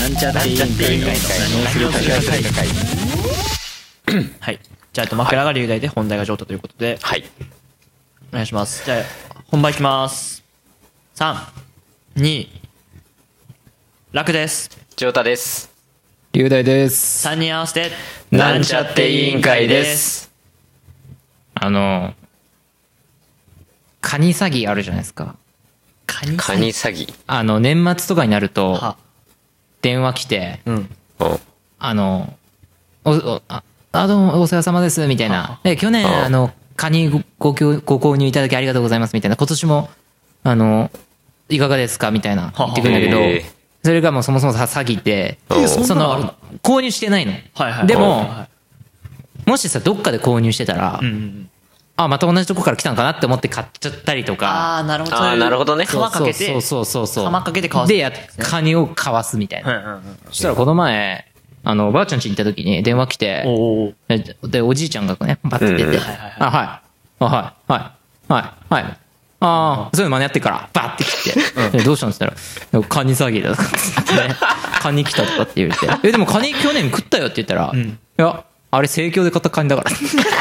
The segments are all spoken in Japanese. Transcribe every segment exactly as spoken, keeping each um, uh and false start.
なんちゃって委員会の何をするか会。はい。じゃあ、枕が龍大で本題が上太ということで。 はい。 お願いします。じゃあ、本番いきます。さん、に、楽です。 上太です。 龍大です。 さんにん合わせて、 なんちゃって委員会です。 あの、カニ詐欺あるじゃないですか。 カニ詐欺。 カニ詐欺。 あの、年末とかになると、 は電話来て、 うん。 おあの、お、お、あ、あどうもお世話様です、みたいな。で、去年、 ああの、カニご、ごご購入いただきありがとうございます、みたいな。今年も、あの、いかがですかみたいな言ってくるんだけどへー、 それがもうそもそもさ詐欺で、 えそそんなのあるのの、購入してないの。 はいはい。 でもはもしさ、どっかで購入してたらい、うんうん。 あ、また同じとこから来たのかなって思って買っちゃったりとか。 あー、なるほど。 あーなるほどね皮かけて、 そうそうそうそう。 釜かけてかわすで、や、カニをかわすみたいな。 うんうんうん。 そしたらこの前、あの、おばあちゃん家に行った時に電話来て、 おー。 で、でおじいちゃんがね、バッて出て、 うんうんはいはいはいあ、はい。あ、はい。はい。はい。はい。ああ、そういうの真似やってから、バッて来て、でどうしたんって言ったら、カニ詐欺だとかってね、カニ来たとかって言われて、え、でもカニ去年食ったよって言ったら、 んいや、あれ生協で買ったカニだから。つ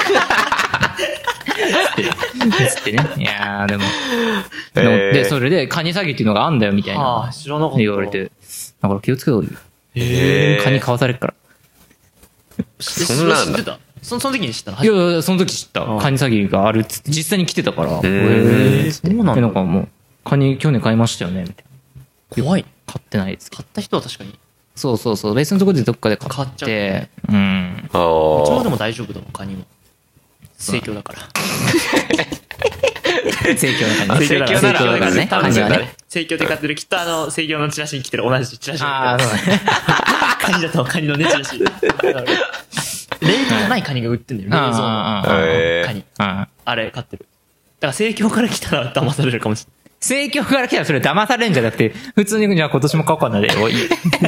ってね。いやー、でも。 へーで、それでカニ詐欺っていうのがあんだよみたいなあー、知らなかった。 言われて、だから気をつけろよ。 へーカニ買わされるから。 そんなんだ知ってたそその時に知ったのいやいや、その時知った。 うんカニ詐欺があるっつって、実際に来てたから。へーーそうなんだでなんかもう、カニ去年買いましたよね、みたいな。 怖い。 買ってないですけど。 買った人は確かに。 そうそうそう。別のところでどっかで買買っちゃうって、うん。 あうちもでーも大丈夫だもん、カニも。盛況だから。 盛況な感じ。 盛況なら盛況だからね。 多分カニはね。 盛況で買ってる、きっとあの、盛況のチラシに来てる同じチラシああ、そうだね。 カニだとカニのね、チラシ。冷凍ないカニが売ってんだよ、冷蔵の。 あーへーカニ。 うん。 あれ買ってる。だから盛況から来たら騙されるかもしれない。 盛況から来たらそれ騙されるんじゃなくて、普通にじゃあ今年も買おうかなで、おい。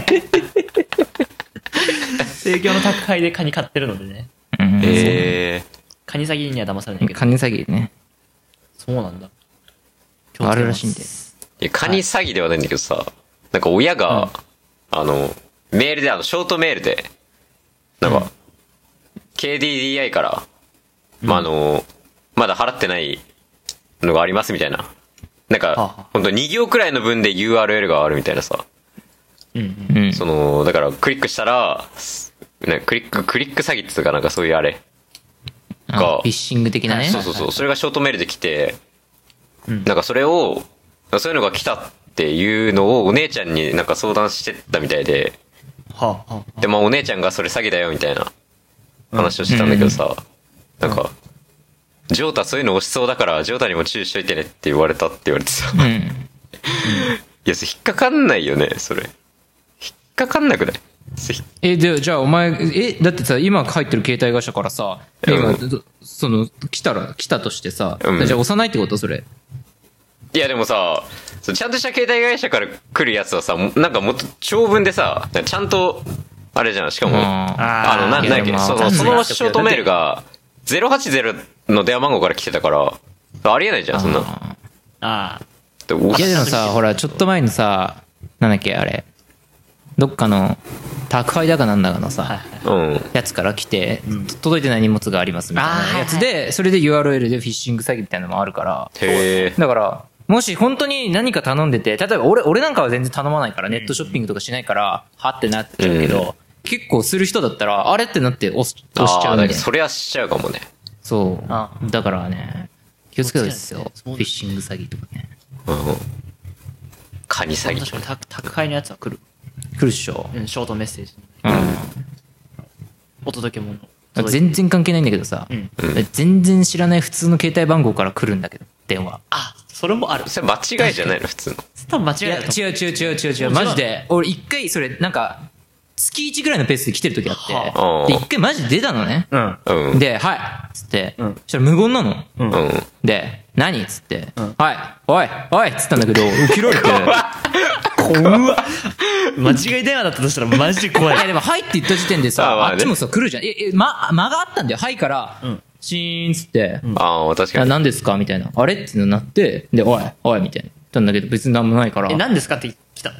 盛況の宅配でカニ買ってるのでね。 うんえカニ詐欺には騙されないけど。 カニ詐欺ね。 そうなんだ。 あるらしいんで。 ーいやカニ詐欺ではないんだけどさ、なんか親が、あの、メールで、あの、ショートメールで、なんか、ケーディーディーアイ から、まあ、あの、まだ払ってないのがありますみたいな。なんはあはかあ、 ほんとに行ぐらいの分で ユーアールエル があるみたいなさ。 うんうん。 うん。 その、だからクリックしたら、ね、クリック、クリック詐欺っていうかなんかそういうあれ。 あフィッシング的なね。 そうそうそう。それがショートメールで来て、 うんなんかそれを、そういうのが来たっていうのをお姉ちゃんになんか相談してたみたいで、 はあ、はあ。 で、まあお姉ちゃんがそれ詐欺だよみたいな話をしてたんだけどさ、なんか、ジョータそういうの押しそうだから、ジョータにも注意しといてねって言われたって言われてさ。 うん。 いや、それ引っかかんないよね、それ。引っかかんなくないそれえ、で、じゃあお前、え、だってさ、今入ってる携帯会社からさ、今、 うんその、来たら、来たとしてさ、 うんじゃあ押さないってことそれ。 いや、でもさ、そうちゃんとした携帯会社から来るやつはさ、もなんかもっと長文でさ、ちゃんと、あれじゃん、しかも、 ああの、なんだっけ、 いやまあその、 わかんないそのショートメールが、ゼロはちゼロの電話番号から来てたから、ありえないじゃん、そんな。 ああでいやでもさ、ほら、ちょっと前にさ、なんだっけ、あれ、どっかの、宅配だかなんだかのさ、 あ。はい。 うん。 やつから来て、届いてない荷物がありますみたいなやつあーで、それで ユーアールエル でフィッシング詐欺みたいなのもあるから、 へえ。 だから、もし本当に何か頼んでて、例えば俺、俺なんかは全然頼まないから、ネットショッピングとかしないから、はってなっちゃうけど、結構する人だったら、あれってなって押し押しちゃああ、 うみたいな。 そりゃしちゃうかもね。 そうあ。 だからね、気をつけたですよ。フそうィッシング詐欺とかね。 うん。カニ詐欺。 確かに宅宅配のやつは来る。 来るっしょ。 うん、ショートメッセージ。 うお届け物。 ん。全然関係ないんだけどさ、 うん。 全然知らない普通の携帯番号から来るんだけど、電話。 あ、それもある。 それ間違いじゃないの、普通の。 多分間違いや、 いだと違う違う違う違う違う。マジで、俺一回それ、なんか、月いちぐらいのペースで来てる時あって、 はあで、一回マジで出たのね。 思う。 うん。 で、はいっつって、 うんそしたら無言なの。 うん。うん。 うん。 で、何っつって、 んはい、おい、おいっつったんだけど、切られて、 怖っ。間違い電話だったとしたらマジで怖い。 いやでも、はいって言った時点でさ、 まあまあねあっちもさ、来るじゃん。え、え、ま、間があったんだよ。はいから、 うんシーンっつって、 ああ、確かあ、 に。 何ですかみたいな。あれってのになって、で、おい、おい、みたいな。言ったんだけど、別に何もないから。 え、何ですかって来たの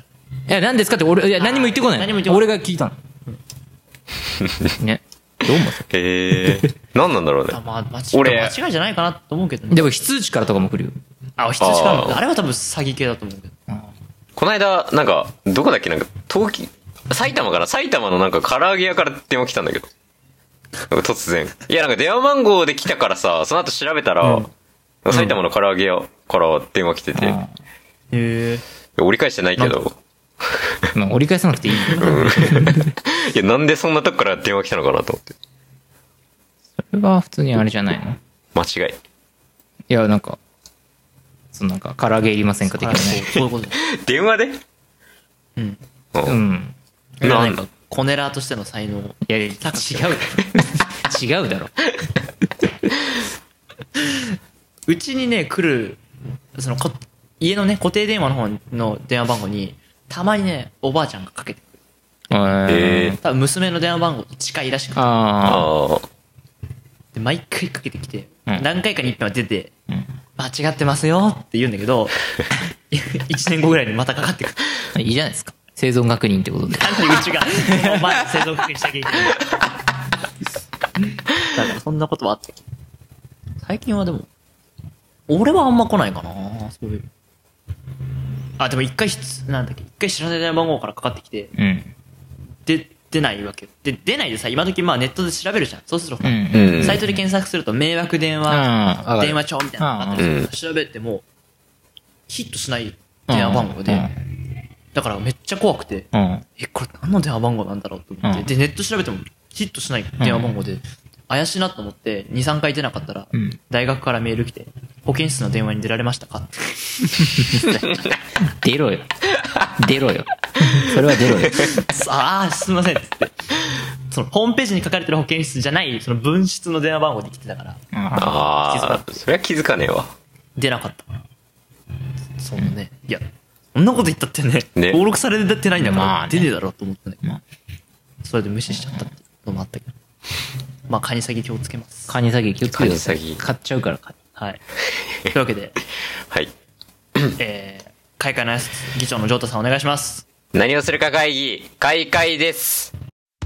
いや、何ですかって俺、いや、何も言ってこない。 何も言ってこない俺が聞いたの。ね。どう思う？ へえ。何なんだろうねあ。まあ、間違俺間違いじゃないかなと思うけどね。 でも、非通知からとかも来るよ。 あ、羊かあーらあれは多分詐欺系だと思うけど。 この間、なんか、どこだっけなんか、東京、埼玉かな埼玉のなんか唐揚げ屋から電話来たんだけど。なんか突然。いや、なんか電話番号で来たからさ、その後調べたら、埼玉の唐揚げ屋から電話来てて、 あへえ。 折り返してないけど、 ーまあ、折り返さなくていい。 いや、なんでそんなとこから電話来たのかなと思って。 それは普通にあれじゃないの？ 間違い。 いや、なんか、そのなんか、唐揚げいりませんか的なそうね。 そういうことだ。 電話でうん。 う。 うんん。 なんか、コネラーとしての才能。 いやいや、違うだろ。違うだろ。 うちにね、来る、そのこ、家のね、固定電話の方の電話番号に、たまにね、おばあちゃんがかけてくる。 へえ。 多分娘の電話番号と近いらしくて。 あああ。 で、毎回かけてきて、 うん何回かに一遍は出て、 あ。うん間違ってますよって言うんだけど、一年後ぐらいにまたかかってくる。 いいじゃないですか。生存確認ってことで。 なんでうちが、お前生存確認しなきゃいけない。だからそんなことはあって。最近はでも、俺はあんま来ないかなそういう。あ、でも一回ひつ、なんだっけ、一回知らない電話番号からかかってきて、 うん。 で、出ないわけよ。で、出ないでさ、今時まあネットで調べるじゃん。そうするとうさ、 ん。 うん。 サイトで検索すると迷惑電うんわか話、 る電話帳みたいなのがあったりするから調べても、ヒットしない電話番号で、だからめっちゃ怖くて、 うん。 え、これ何の電話番号なんだろうと思って、 うんで、ネット調べてもヒットしない電話番号で、怪しいなと思って、に、さんかい出なかったら、 うん大学からメール来て、保健室の電話に出られましたかって出ろよ。出ろよ。それは出ろよ。 ああ、すみませんっつって。その、ホームページに書かれてる保健室じゃない、その分室の電話番号で来てたから、 ああ、それは気づかねえわ。 出なかった。そうね。いや、そんなこと言ったってね、 ね登録されてないんだから、 まあね出ねえだろうと思ってね。 まあそれで無視しちゃったってのもあったけど。まあ、カニ詐欺気をつけます。 カニ詐欺気をつけてくださいカニ詐欺買っちゃうから。 はい。というわけで、 はい。 えー、開会の挨拶議長のジョータさんお願いします。 何をするか会議、開会です。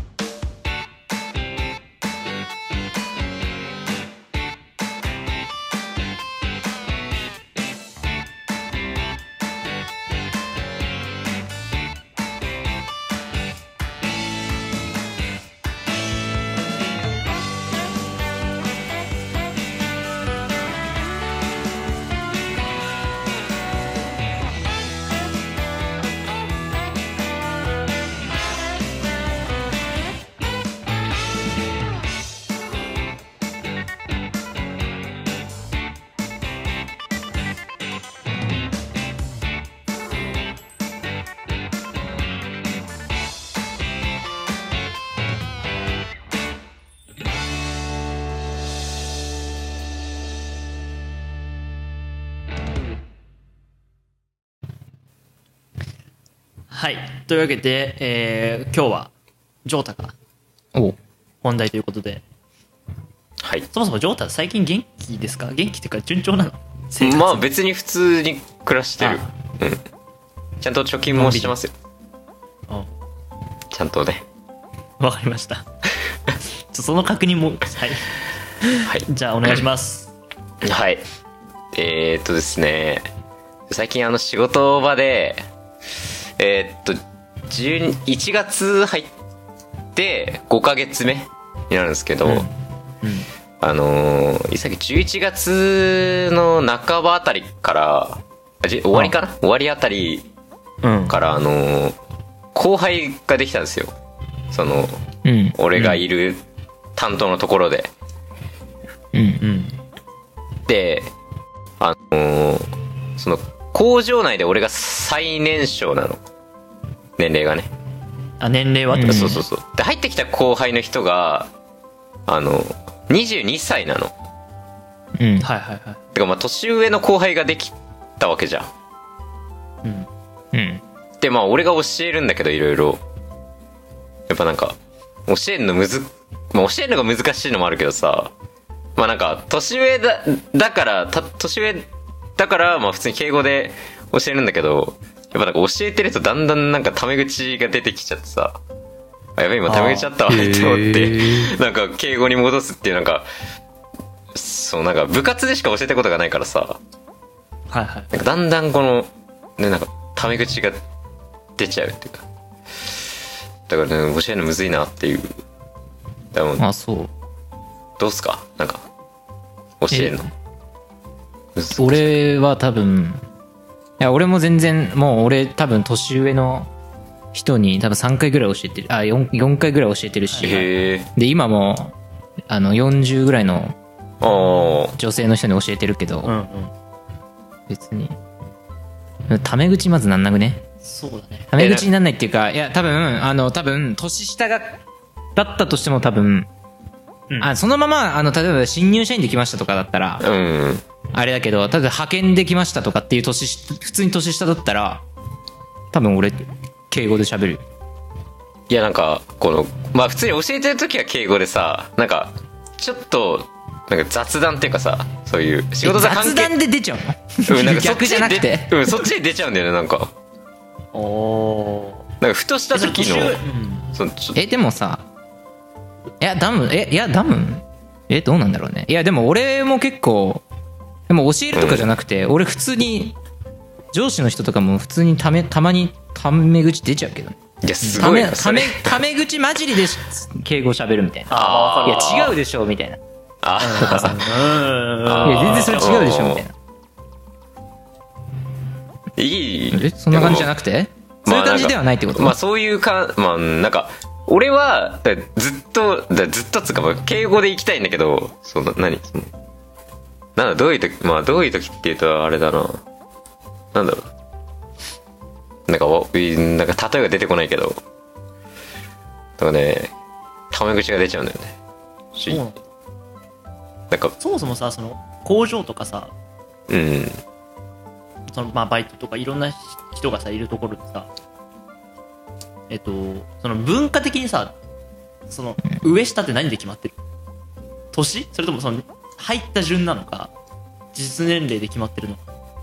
はい。というわけで、えー、今日は、ジョータがおう。 本題ということで、 はい。 そもそもジョータ最近元気ですか？元気っていうか順調なの？生活まあ別に普通に暮らしてる。うん。ちゃんと貯金もしてますよ。 あちゃんとね。 わかりました。ちょその確認も、はい。 はい。 じゃあお願いします。 はい。えー、っとですね、最近あの仕事場で、えー、っと、じゅうにいちがつ入ってごかげつめになるんですけど、 うんあのー、さっきじゅういちがつの半ばあたりから、あじ終わりかな終わりあたりうん。 から、あのー、後輩ができたんですよ。その、 うん。 俺がいる担当のところで。 うん。 うん。 で、あのーその工場内で俺が最年少なの、年齢がね、 あ、年齢はってうんこと？ そうそうそうで入ってきた後輩の人があのにじゅうにさいなの。 うん。 はいはいはい。 てかまあ年上の後輩ができたわけじゃん。 うん。 うん。 でまあ俺が教えるんだけど、いろいろやっぱなんか教えるのむず、まあ、教えるのが難しいのもあるけどさ、まあなんか年上だだからた年上だからまあ普通に敬語で教えるんだけど、 ぱなんか教えてるとだんだんなんかタメ口が出てきちゃってさ、あ、やべえ今タメ口あったわって思って、なんか敬語に戻すっていうなんか、そうなんか部活でしか教えたことがないからさ、 はいはい。 なんかだんだんこの、ね、なんかタメ口が出ちゃうっていうか、だからね、教えるのむずいなっていう。だからもうあ、そう。 どうすかなんか、教えるの。 俺は多分、いや、俺も全然、もう俺多分年上の人に多分さんかいぐらい教えてる。あ、よん、よんかいぐらい教えてるし。 へえ。 で、今も、あの、よんじゅうぐらいのああ。 女性の人に教えてるけど、 うんうん。 別に。タメ口まずなんなくね。 そうだね。 タメ口になんないっていうか、いや、多分、あの、多分、年下が、だったとしても多分、 うんあ、そのまま、あの、例えば新入社員で来ましたとかだったら、 うん。 あれだけど、例えば派遣で来ましたとかっていう年し、普通に年下だったら、多分俺、敬語で喋るよ。 いやなんか、この、まあ普通に教えてるときは敬語でさ、なんか、ちょっと、なんか雑談っていうかさ、そういう仕事と関係雑談で出ちゃうのうん、なんかそっ逆じゃちでなくて。 うん、そっちで出ちゃうんだよね、なんか。 おー。 なんかふとした時の年上、うんそのちょえ、でもさ、いや、ダム、え、いや、ダムえ、どうなんだろうね。いや、でも俺も結構、でも教えるとかじゃなくて、俺普通に、上司の人とかも普通にため、たまにため口出ちゃうけどね。 いや、すため、 ごいな、それため、ため口混じりで敬語喋るみたいな。 あー、 いわかるわ。 や、違うでしょ、みたいな。いあ、 うん。 あーや、全然それ違うでしょ、みたいな。 いい。 え、そんな感じじゃなくてそういう感じではないってこと？ まあそういうか、まあなんか、俺は、だずっと、だずっとつうか、まあ敬語で行きたいんだけど、その、何その、なんだ、どういう時、まあどういう時って言うとあれだな。なんだろう。なんか、わなんか例えが出てこないけど、だからね、タメ口が出ちゃうんだよね。しそうなのなんか、 そもそもさ、その、工場とかさ、 うん。 その、まあ、バイトとかいろんな人がさ、いるところでさ、えっと、その文化的にさ、その、上下って何で決まってる？年？それともその、入った順なのか、実年齢で決まってるのか。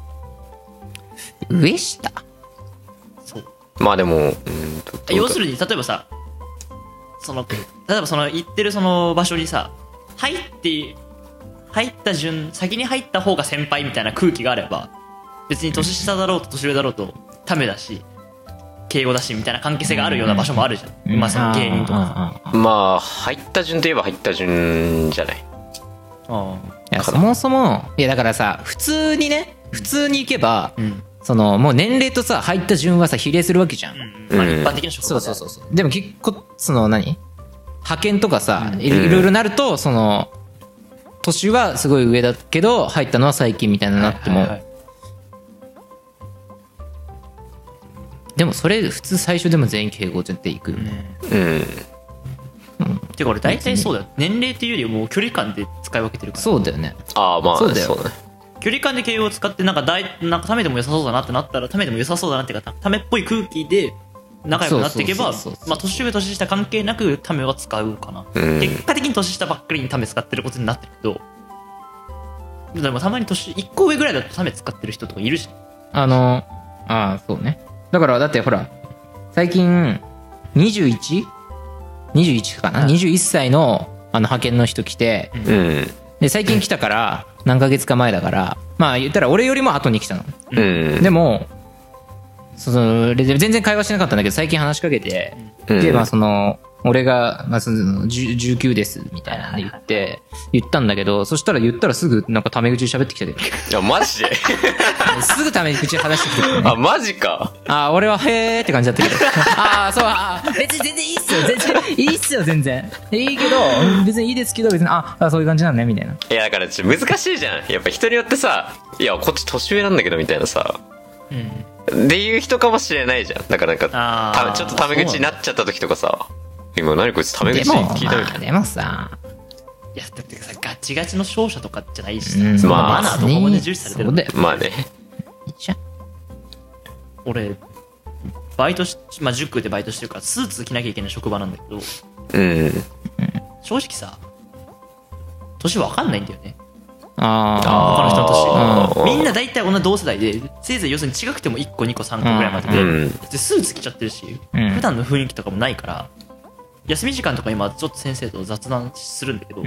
上下そう。 まあでも、うんと、 要するに、例えばさ、その、例えばその、行ってるその場所にさ、入って、入った順、先に入った方が先輩みたいな空気があれば、別に年下だろうと年上だろうと、ためだし、敬語だしみたいな関係性があるような場所もあるじゃん。まあその芸人とかさ。 まあ、入った順といえば入った順じゃない。 あいや、そもそも、いや、だからさ、普通にね、普通に行けば、 うん。 その、もう年齢とさ、入った順はさ、比例するわけじゃん。 うん。まあ一般的な職場そうそうそうそう。でも結構、その何派遣とかさ、いろいろいろなると、その、年はすごい上だけど、入ったのは最近みたいななっても、 はいはいはいでもそれ普通最初でも全員敬語絶対行くよね。 うん。 てか俺大体そうだよ。年齢っていうよりもう距離感で使い分けてるから。 そうだよね。 ああ、まあ、 そうだよそうだね。 距離感で敬語を使ってなんかだいなんかためでも良さそうだなってなったらためでも良さそうだなっていうかためっぽい空気で仲良くなっていけばそうそうそうそうまあ年上年下関係なくためは使うかな、 うん結果的に年下ばっかりにため使ってることになってるけどでもたまに年いっこ上ぐらいだとため使ってる人とかいるしあの、ああ、そうね。だからだってほら、最近、にじゅういち?にじゅういち かな、 はいにじゅういっさいのあの派遣の人来て、 うん。 で、最近来たから、何ヶ月か前だから、まあ言ったら俺よりも後に来たの。 うん。 でも、その、で全然会話してなかったんだけど、最近話しかけて、 うんで、まあその、俺が、まあその、じゅじゅうきゅうです、みたいなんで言って、言ったんだけど、そしたら言ったらすぐなんかタメ口で喋ってきたけど、 いや、マジで。 すぐタメ口で話してきてくるね。 あ、マジか。 あー、俺はへーって感じだったけど。あー、そう、あー別に全然いいっすよ、全然、いいっすよ、全然。いいけど、別にいいですけど、別に、あ、あそういう感じなんね、みたいな。 いや、だからちょっと難しいじゃん。やっぱ人によってさ、いや、こっち年上なんだけど、みたいなさ。 うんっていう人かもしれないじゃん。だからなんか、 あーたちょっとタメ口になっちゃった時とかさ、今何こいつタメ口でも、まあ、 聞いたみたいな。 でもさ、 いやだってさガチガチの勝者とかじゃないしうんさ、そのまあマナーとかもね重視されてるそうだよ。 まあね。 いいじゃん。 俺バイトし、まあ、塾でバイトしてるからスーツ着なきゃいけない職場なんだけどうん。 正直さ年わかんないんだよねあ他の人のあー年みんな大体同じ同世代でせいぜい要するに違くてもいっこにこさんこぐらいまでで、 うんでスーツ着ちゃってるし、 うん普段の雰囲気とかもないから休み時間とか今ちょっと先生と雑談するんだけど、だ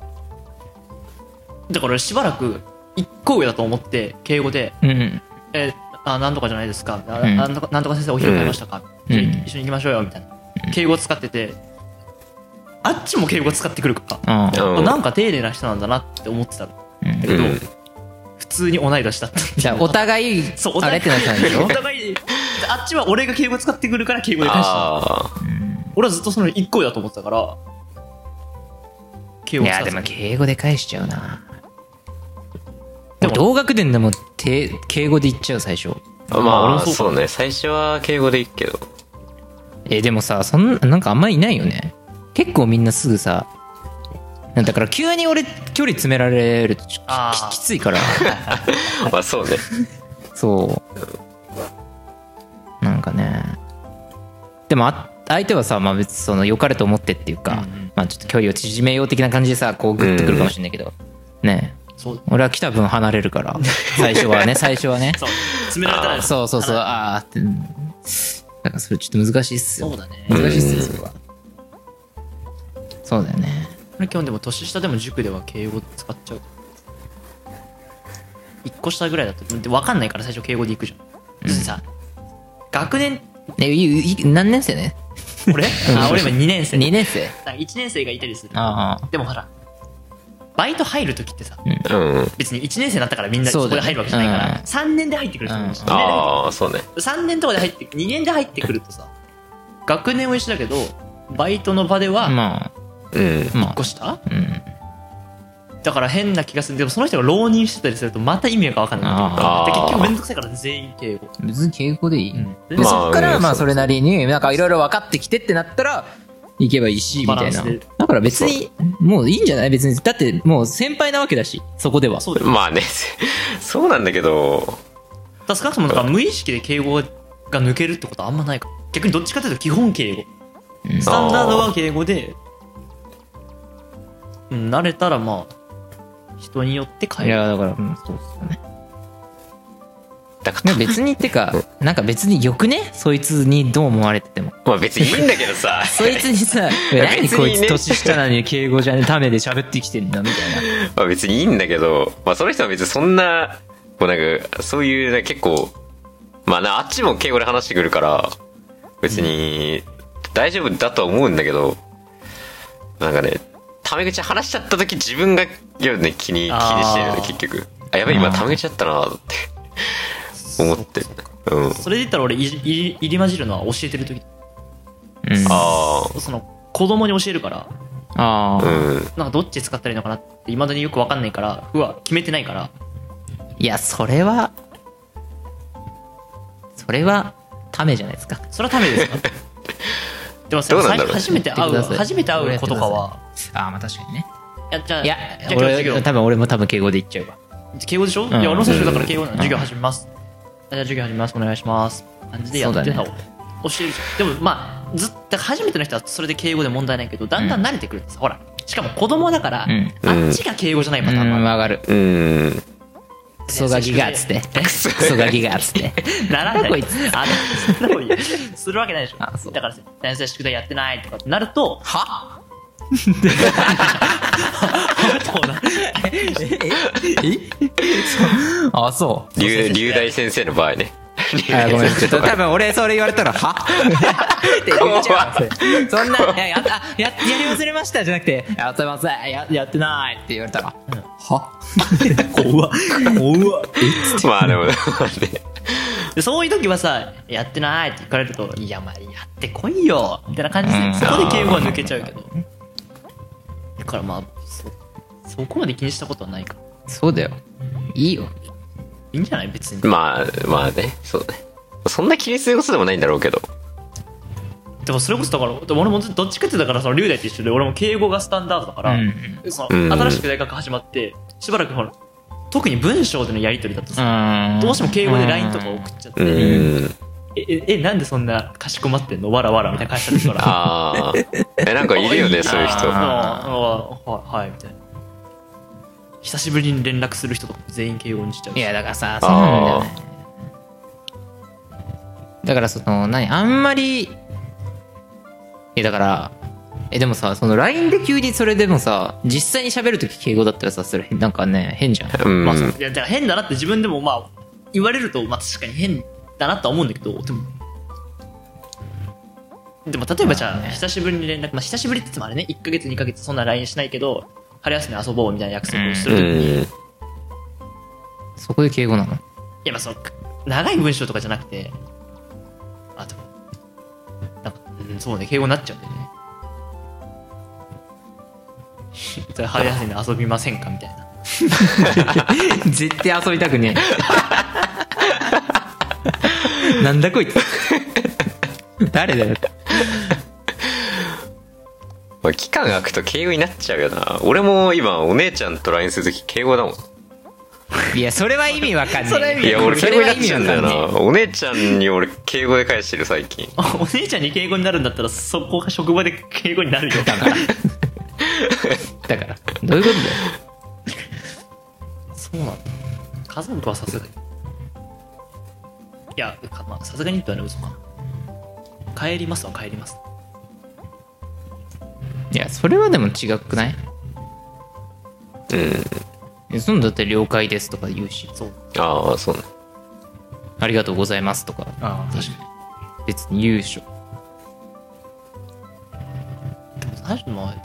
から俺しばらくいっこ上だと思って敬語であうん 「えあなんとかじゃないですか、あうんなんとかなんとか先生お昼買いましたか、 うんじゃあ一緒に行きましょうよ」みたいな敬語使ってて、あっちも敬語使ってくるからああうんなんか丁寧な人なんだなって思ってたんだうんけど、 うん普通に同い年だったっていうじゃあお互いそうお互いあれってなってたんでしょお互いあっちは俺が敬語使ってくるから敬語で返したのあ俺はずっとそのいっこ上だと思ってたから敬い語使ってたやでも敬語で返しちゃうなでも同学年でもて敬語で言っちゃう最初あ。 まあ俺まあ、 もそうかそうね。最初は敬語でいいけど。 えでもさそんなんかあんまりいないよね結構みんなすぐさだから急に俺距離詰められるとちょあーききついからまあそうね。 そうなんかねでもあ相手はさ、まあ、別にその良かれと思ってっていうか、 うんうんまあ、ちょっと距離を縮めよう的な感じでさこうグッとくるかもしれないけど、ねそう俺は来た分離れるから最初はね最初はねそう詰められたらそうそうそうあああってうんだからそれちょっと難しいっすよそうだね難しいっすよそれはそうだよね俺基本でも年下でも塾では敬語使っちゃういっこ下ぐらいだとで分かんないから最初敬語で行くじゃん要するにさ学年えいい何年生ね俺あ俺今にねん生にねん生だからいちねん生がいたりするああでもほらバイト入るときってさうん。 別にいちねん生になったからみんなそだねそうこで入るわけじゃないかうんらさんねんで入ってくる人もいるしうんにねんで入ってくるああ、そうね。 さんねんとかで入ってにねんで入ってくるとさ学年は一緒だけどバイトの場ではまうん。 あまいっこ下あうんだから変な気がするでもその人が浪人してたりするとまた意味が分かんないあーで結局めんどくさいから全員敬語別に敬語でいい、 んで、 まあそっからうんまあそれなりになんかいろいろ分かってきてってなったら行けばいいしみたいなバランスでだから別にもういいんじゃない別にだってもう先輩なわけだしそこではそうだよまあね。そうなんだけど、 だから少なくともだから無意識で敬語が抜けるってことはあんまないから逆にどっちかというと基本敬語スタンダードは敬語でうん慣れたらまあ人によって変いえるやだからうんそうっすよねだから、 別にってかなんか別によくねそいつにどう思われててもまあ別にいいんだけどさ。 そいつにさや何別にねこいつ年下なのに敬語じゃねためで喋ってきてんだみたいなまあ別にいいんだけど、まあその人は別にそんな、こうなんか、そういうね結構、まあな、あっちも敬語で話してくるから、別に大丈夫だとは思うんだけど、なんかね、タメ口話しちゃった時自分が、いやね、気に、気にしてるよね、結局。あ、やばい、今タメ口だったなって思ってる。うん。 それで言ったら俺いじ入り入り混じるのは教えてる時うんあその子供に教えるからああ、 あ、うん。 なんかどっち使ったらいいのかなっていまだによく分かんないからうわ決めてないからいやそれはそれはためじゃないですかそれはためですかでもさどうなんだろう最初初めて会うやってください初めて会う子とかはああまあ確かにねいやじゃあいやじゃあ今日授業俺多分俺も多分敬語で言っちゃうわ敬語でしょ、 んいや俺も最初だから敬語なの授業始めます、あじゃあ授業始めますお願いします感じでやってたの、 そうだね教えるじゃんでもまあずっと初めての人はそれで敬語で問題ないけどだんだん慣れてくるんです、ほらしかも子供だから、 うんあっちが敬語じゃないパターンもある、 うんわかるうん。 クソガキがっつってクソガキがっつってならないこいつあそんなことするわけないでしょあそうだから先生宿題やってないとかってなるとはそうなあそう龍龍大先生の場合ね。 あごめんちょっと多分俺それ言われたらはって言っちゃうそんないややあややり忘れましたじゃなくてやってませんややってないって言われたらは怖っ怖っまあでも、ね、 でそういう時はさやってないって聞かれるといやまあやってこいよみたいな感じうんでそこで敬語は抜けちゃうけどだからまあそそこまで気にしたことはないかそうだよいいよいいんじゃない別にまあ、まあね、そうね。そんな気にすることでもないんだろうけど。 でもそれこそだからでも俺もどっちかっていうとだからその龍大と一緒で俺も敬語がスタンダードだから、 うんそうんの新しく大学始まってしばらくほら特に文章でのやり取りだとうさんどうしても敬語で ライン とか送っちゃって、 うん。 えええなんでそんなかしこまってんのわらわらみたいな感じだったからああ。え、なんかいるよね、そういう人。 ああはいはいみたいな久しぶりに連絡する人とか全員敬語にしちゃうし。 いやだからさそうなんだよね。だからその何あんまりえだからえでもさその ライン で急にそれでもさ実際に喋るとき敬語だったらさそれなんかね変じゃん。 うん。 まあそういやだから変だなって自分でもまあ言われるとまあ確かに変だなとは思うんだけど、でもでも例えばじゃあ、 まあね久しぶりに連絡、まあ久しぶりって言ってもあれねいっかげつにかげつそんな ライン しないけど春休み遊ぼうみたいな約束をすうるときに、いん。 そこで敬語なの？ やまあその長い文章とかじゃなくて、あとなんか、うん、そうね敬語になっちゃうんだよね。それ春休み遊びませんかみたいな。 絶対遊びたくねえ。なんだこいつ。誰だよ。 まあ期間空くと敬語になっちゃうよな。俺も今お姉ちゃんと ライン するとき敬語だもん。 いやそれは意味わかんない。 それは意味いや俺敬語になっちゃうんだよな。 それは意味わかんねお姉ちゃんに俺敬語で返してる最近。 お姉ちゃんに敬語になるんだったらそこが職場で敬語になるよ。 だからだからどういうことだよ。 そうなんだ。家族はさすがに。いや、かまあさすがにってはね嘘かな。帰りますは帰ります。 いやそれはでも違くない？うん。そんだって了解ですとか言うし、 そう。 ああ、そうね。 ありがとうございますとかああ確か別に言うでしょ。 に。でも最初の前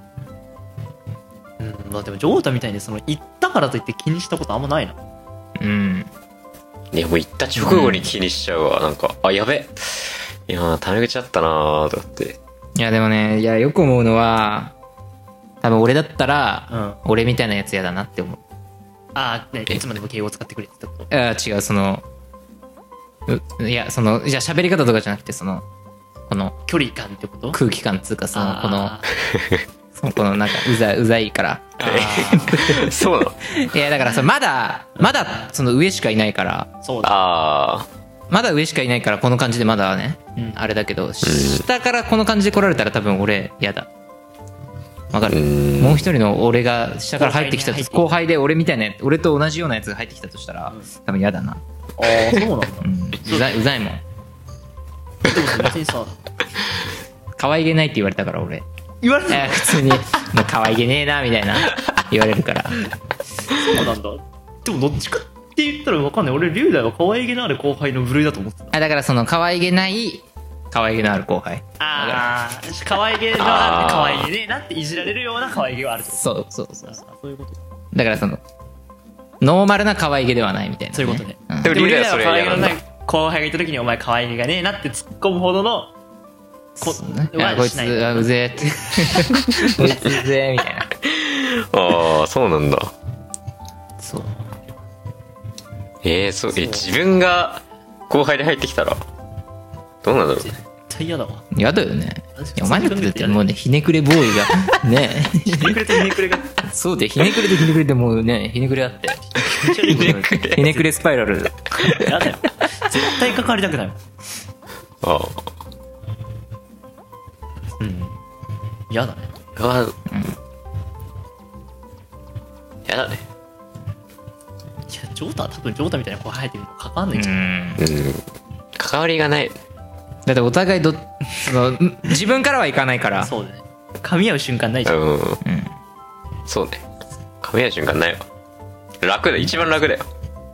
うんまあでもジョータみたいにその行ったからといって気にしたことあんまないな。 うん。 いやもう行った直後に気にしちゃうわ。なんか、あ、やべ。いや、タメ口あったなーとかって。 いやでもねいやよく思うのは多分俺だったら、 うん俺みたいなやつ嫌だなって思う。 ああ、ね、いつまでも敬語を使ってくれってことあ違うそのういやそのじゃあ喋り方とかじゃなくてそのこの距離感ってこと空気感っつうかそのこのあそのこのなんかうざうざいからーあそうなのいやだからさまだまだその上しかいないからーそうだ。 あまだ上しかいないからこの感じでまだね、 うんあれだけど下からこの感じで来られたら多分俺嫌だ。わかる？ んもう一人の俺が下から入ってきたと後輩ね後輩で俺みたいな俺と同じようなやつが入ってきたとしたら多分嫌だな。 ああ、そうなんだ。 うんうざいうざいもん。 でもさ別にさ、 可愛げないって言われたから俺言われてえー普通にもう可愛げねえなみたいな言われるからそうなんだ。でもどっちかって言ったら分かんない。俺龍大は可愛げのある後輩の部類だと思ってた。 あだからその可愛げない可愛げのある後輩。 ああ、可愛げのある可愛げねえなっていじられるような可愛げはあるってこと。 そうそうそうあそういうこと。 だからそのノーマルな可愛げではないみたいな、 そういうことね。 うんでもでも龍龍大はそれ大は可愛げの嫌なだなんい後輩がいた時にお前可愛げがねえなって突っ込むほどのこそうねいやこいつはしない。 あうぜえってこいつうぜえみたいな。 あ。ああ、そうなんだ。 そうえー、そう、え、自分が後輩で入ってきたら、どうなんだろうね。 絶対嫌だわ。 やだよね。いやお前だってだってもうねひねくれボーイがねひねくれとひねくれがそうでひねくれでひねくれでもうねひねくれあってひねくれスパイラル嫌だよ。絶対関わりたくないもん。 あうん。嫌だね。 あ。あ、うん。やだね。 いや、ジョータは多分ジョータみたいな後輩入ってるの関わんないじゃん。 うん。関わりがない。 だってお互いどそのん自分からはいかないからそうだね。噛み合う瞬間ないじゃん。 うん。そうね。噛み合う瞬間ないわ。楽だ、一番楽だよ。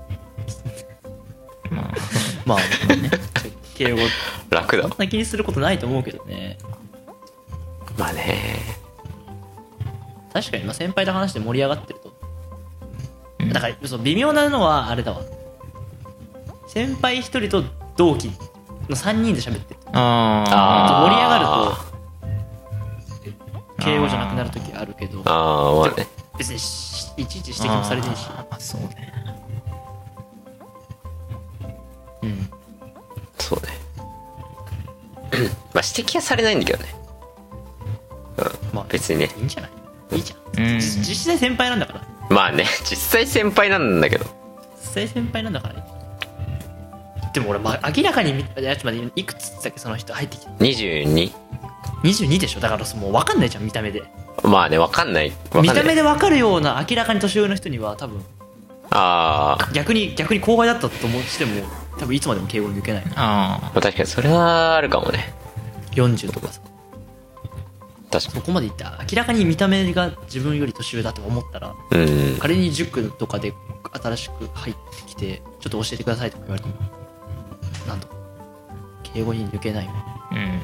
まあ、まあね。敬語、 楽だわそん。な気にすることないと思うけどね。 まあね。 確かに、まあ、先輩と話して盛り上がってると。だから、そう微妙なのはあれだわ。先輩一人と同期のさんにんで喋ってる。 あ盛り上がるあと、敬語じゃなくなるときあるけど、 ああ、まあね。 別にしいちいち指摘もされてるし。 あーそうねうん。 そうね。まあ指摘はされないんだけどね。 まあ、 別にね。 いいんじゃないいいじゃん。 うん実実際先輩なんだから。 まあね、実際先輩なんだけど。 実際先輩なんだからね。でも俺、まあ、明らかに見いやちょっと待っていくつって言ったっけその人入ってきてにじゅうに? にじゅうにでしょ。だからもう分かんないじゃん見た目で。 まあね、わかんない。わかんない。 見た目で分かるような明らかに年上の人には多分ああ。 逆に逆に後輩だったと思しても多分いつまでも敬語抜けない。 あまあ確かにそれはあるかもね。 よんじゅうとかさ、 確かそこまでいって明らかに見た目が自分より年上だと思ったら、 に。うん。 仮に塾とかで新しく入ってきてちょっと教えてくださいとか言われてもなんとか敬語に抜けないよ。 うん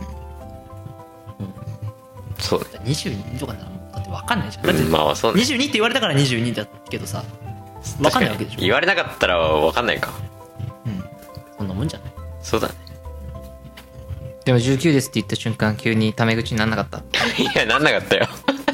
そうね。 にじゅうにとかならだって分かんないじゃん。だってうん、まあそうね。 にじゅうにって言われたからにじゅうにだけどさ分かんないわけでしょ。 言われなかったらわかんないか。 うんそんなもんじゃない。 そうだね。 でもじゅうきゅうですって言った瞬間急にタメ口になんなかった？ いや、なんなかったよ。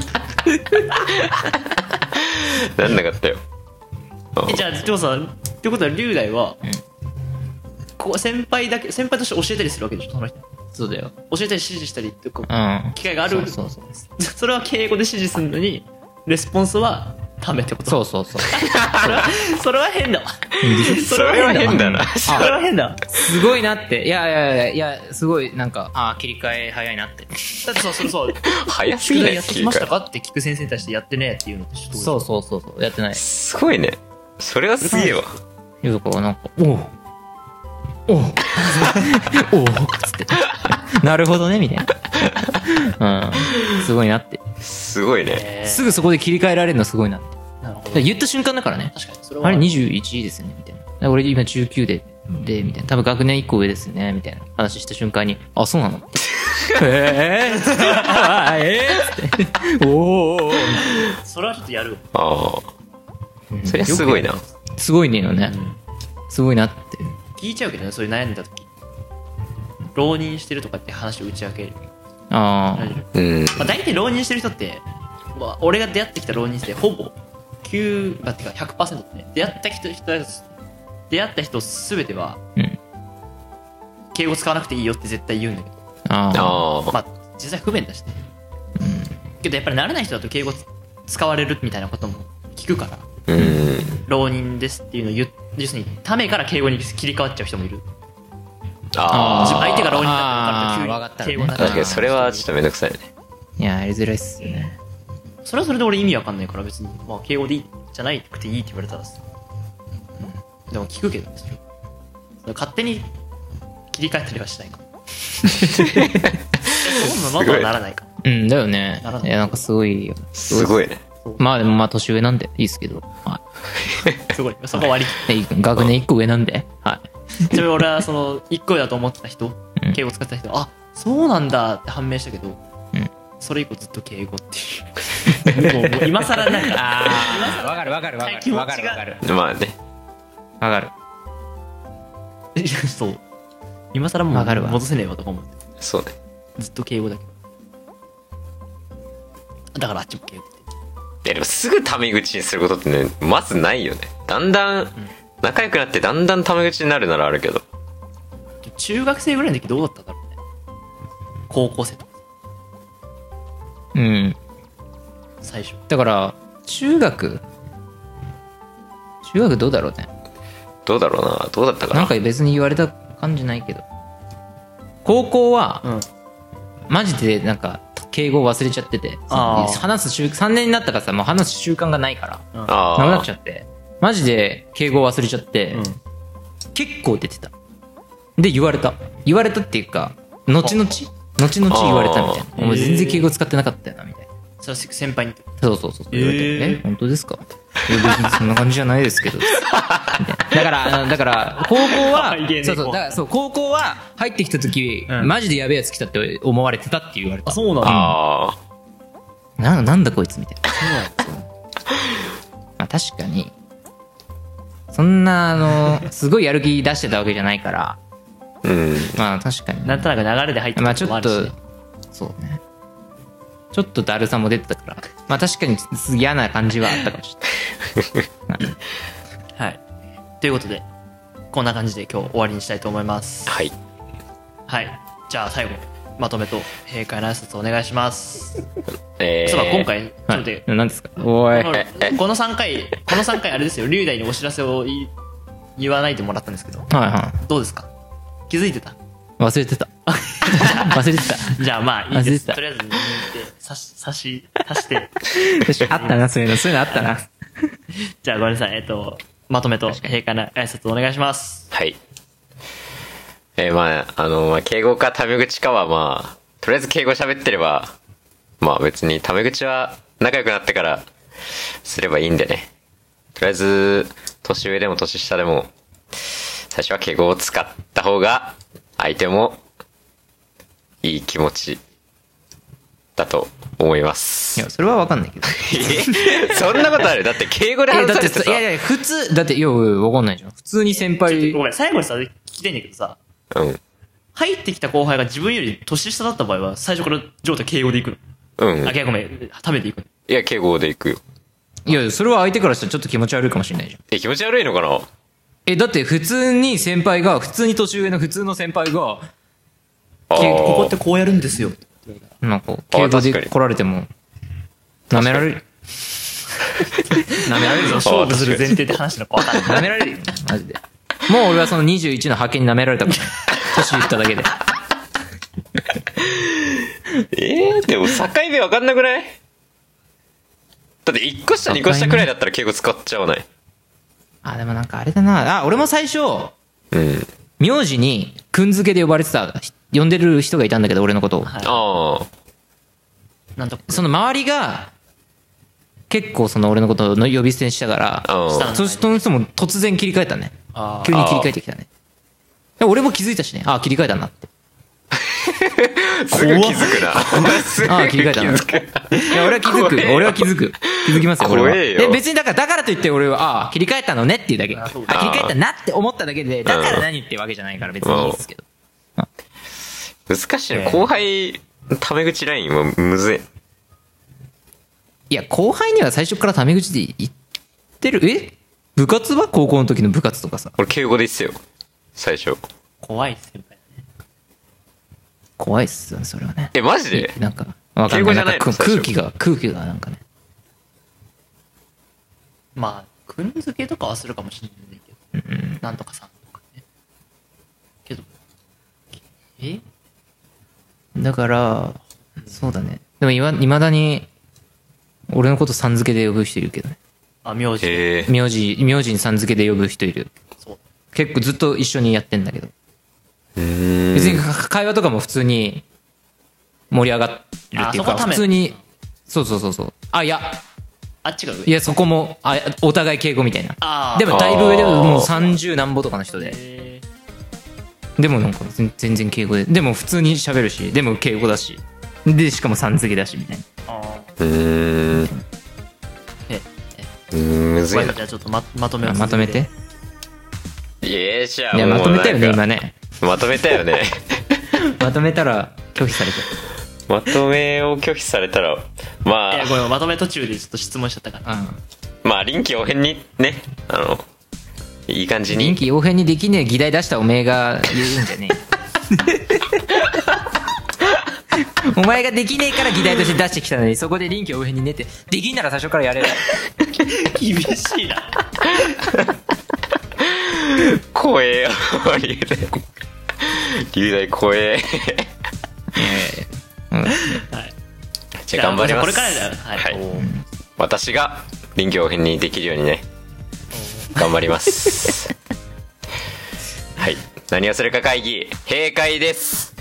なんなかったよ。 えじゃあでもさってことは龍大は、こう先輩だけ先輩として教えたりするわけでしょその人。 そうだよ。 教えたり指示したりとかうん。 機会がある。 そうそうそう。 それは敬語で指示するのにレスポンスはためってこと。 そうそうそう。 それはそれは変だわ。 それは変だな。 それは変だわ。 すごいなって。いやいやいやいや、すごいなんか、ああ、切り替え早いなって。 だってさそれさ早すぎない宿題やってきましたかって聞く先生に対してやってねえっていうのってちょっとそうそうそうそう。やってない。 すごいね。それはすげえわ。 ゆうこはなんか、おうおうおうつって。なるほどね、みたいな。うん。すごいなって。 すごいね。 えーすぐそこで切り替えられるのすごいなって。 なるほど。 言った瞬間だからね。 確かにそれはあれにじゅういちですよねみたいな。俺今じゅうきゅうで、で、みたいな。多分学年いっこ上ですよねみたいな話した瞬間に、あ、そうなのえぇーえーって。おーそれはちょっとやる。 ああ。そりゃすごいな。 すごいねよね。すごいなって。 聞いちゃうけどねそういう悩んだ時浪人してるとかって話を打ち明ける。 ああ。 うん。 まあ、大体浪人してる人って、まあ、俺が出会ってきた浪人生ほぼきゅうあってか ひゃくパーセント ね出会った人人出会った人全ては、 うん敬語使わなくていいよって絶対言うんだけどああ。 ああ。 まあ実際不便だしね、けどやっぱり慣れない人だと敬語使われるみたいなことも聞くからうん。 浪人ですっていうのを言う要するにためから敬語に切り替わっちゃう人もいる。 ああ。 相手が浪人だあーって分かわかったらねると急に敬語になっちゃう確かにそれはちょっとめんどくさいね。 いや、やりづらいっすよね。 それはそれで俺意味わかんないから別に、まあ、敬語でいいじゃないくていいって言われたらさ、うん、でも聞くけどねそれそれ勝手に切り替えたりはしないかそんなのはならないか。 うん、だよねなら。ないいや、なんかすごいよ。 すごいね。 まあでもまあ年上なんでいいっすけど。はすごいそこ割りい。で学年いっこ上なんで。はい。 ちなみに俺はそのいっこ上だと思ってた人うん敬語使ってた人あそうなんだって判明したけど、 うんそれ以降ずっと敬語っていうもうもう今更なんかああ、わかるわかるわかる。 気持ちがわかるわかる。 まあね。 わかる。 そう今更もわかるわう戻せねえわとか思ってそうね。 ずっと敬語だけどだからあっちも敬語っていやでもすぐタメ口にすることってね、まずないよね。だんだん、仲良くなってだんだんタメ口になるならあるけど。 中学生ぐらいの時どうだったんだろうね高校生とかうん。 最初だから、中学中学どうだろうね。 どうだろうな。どうだったかな。 なんか別に言われた感じないけど。高校は、 うんマジでなんか、敬語忘れちゃってて。 あー話す習さんねんになったからさ、もう話す習慣がないから。 あなくなっあちゃって。マジで敬語忘れちゃって、 うん結構出てた。で、言われた。言われたっていうか、後々後々言われたみたいな。 あーお前全然敬語使ってなかったよな、みたいな。 それは先輩にそうそうそう。言われて、 えーえ、本当ですかいや別にそんな感じじゃないですけど。みたいなだから、あのだから、高校はいけねえ、 そうそう、だからそう、高校は入ってきた時、 うんマジでやべえやつ来たって思われてたって言われた。 そうなんだああ。 ななんだこいつみたいな。まあ確かに、そんな、あの、すごいやる気出してたわけじゃないから、 うん。 まあ確かに。 なんとなく流れで入ってまあちょっとるのもあるしね、 そうね。ちょっとだるさも出てたから、まあ確かに嫌な感じはあったかもしれない。 はいということでこんな感じで今日終わりにしたいと思います。 はい。 はいじゃあ最後まとめと閉会の挨拶お願いします。 えー、 そうだ今回ちょっとは待ってい。何ですかおい。 このこのさんかいこのさんかいあれですよ龍大にお知らせを言い言わないでもらったんですけどはいはい。 どうですか気づいてた忘れてた忘れてたじゃあまあいいです。 忘れてたとりあえず抜いて、差し、差し、足して。 あったな、そういうの、そういうのあったな。 じゃあごめんなさい。えっと、まとめと閉会の挨拶お願いします。 はい。えーまあ、あの、まあ、敬語かタメ口かはまあ、とりあえず敬語喋ってれば、まあ別にタメ口は仲良くなってからすればいいんでね。とりあえず、年上でも年下でも、最初は敬語を使った方が、相手も、いい気持ち、だと思いまいす。 や、それはわかんないけど。 えそんなことある？だって敬語でえ、 話だってさ、 されてさ。 いやいや、普通、だって、いや、わかんないじゃん。普通に先輩、 ごめん、最後にさ、聞きたいんだけどさ、 うん。 入ってきた後輩が自分より年下だった場合は、最初から状態敬語で行くうん。 の。あ、いやごめん、食べていくの。 いや、敬語で行くよ。 いや、それは相手からしたらちょっと気持ち悪いかもしれないじゃん。 え、気持ち悪いのかな？ え、だって普通に先輩が、普通に年上の普通の先輩が、 あーここってこうやるんですよ。 なんか、敬語で確かに来られても、舐められる。舐められるぞ。 勝負する前提で話したのか分かんない。 舐められるよ。マジで。もう俺はそのにじゅういちの派遣に舐められたから。年言っただけで。 えー、でも境目わかんなくない？だっていっこ下にこ下くらいだったら敬語使っちゃわない？ あ、でもなんかあれだな。あ、俺も最初、 うん。 名字に、くん付けで呼ばれてた、呼んでる人がいたんだけど、俺のことを。 はいああ。 なんとか。 その周りが、結構その俺のことの呼び捨てにしたから、 あそその人も突然切り替えたね。 あ急に切り替えてきたね。で俺も気づいたしね。ああ、切り替えたなって。 すぐ気づくな。すぐああ、切り替えたな。 気づく。 いや、俺は気づく。 怖えよ俺は気づく。気づきますよ、俺は。 怖えよえ、別にだから、だからといって俺は、ああ、切り替えたのねっていうだけ。あ、 そう切り替えたなって思っただけで、だから何ってわけじゃないから別にいいですけど。 難しいな。後輩、タメ口ラインはむずい。 いや、後輩には最初からタメ口で言ってる。え部活は高校の時の部活とかさ。 俺敬語で言ってたよ。最初。 怖い先輩。 怖いっすよね、それはね。 え、マジで？ なんか、わかんない。 敬語じゃないのんか最初空気が、空気がなんかね。 まあ、くんづけとかはするかもしれないけど。なんとかさんとかね。けど、えだから、そうだね。でもいわ、未だに、俺のことさん付けで呼ぶ人いるけどね。 あ、名字。 へえ。 名字、名字にさん付けで呼ぶ人いる。 そう。 結構ずっと一緒にやってんだけど。 うーん。 別にか会話とかも普通に盛り上がるっていうか、 あそこため普通に、そうそうそうそう。あ、いや、 あっちが上。 いや、そこも、あ、お互い敬語みたいな。 あーでもだいぶ上でもうさんじゅうなんぼとかの人で。 へでもなんか全全然敬語で。でも普通に喋るし、でも敬語だし。で、しかもさん付けだし、みたいな。 ーあうーん。 ーえ、 うーんむずいな。 じゃあちょっとままとめをあまとめて。 いやじゃあいや、 もうまとめたよね、 なんか今ね。 まとめたよね。 まとめたら拒否されて。 まとめを拒否されたら、まいや、 あ、 ごめん、まとめ途中でちょっと質問しちゃったから。 うん。 まあ臨機応変にね、あの、いい感じに。 臨機応変にできねえ議題出したおめえが言うんじゃねえ。お前ができねえから議題として出してきたのに、そこで臨機応変にねって、できんなら最初からやれよ。 厳しいな。 怖えよ、龍大。龍大怖え。 うん。 はい。 じゃあ頑張ります。 これからだよ。はい。 はいおー私が臨機応変にできるようにね、頑張ります。はい。何をするか会議、閉会です。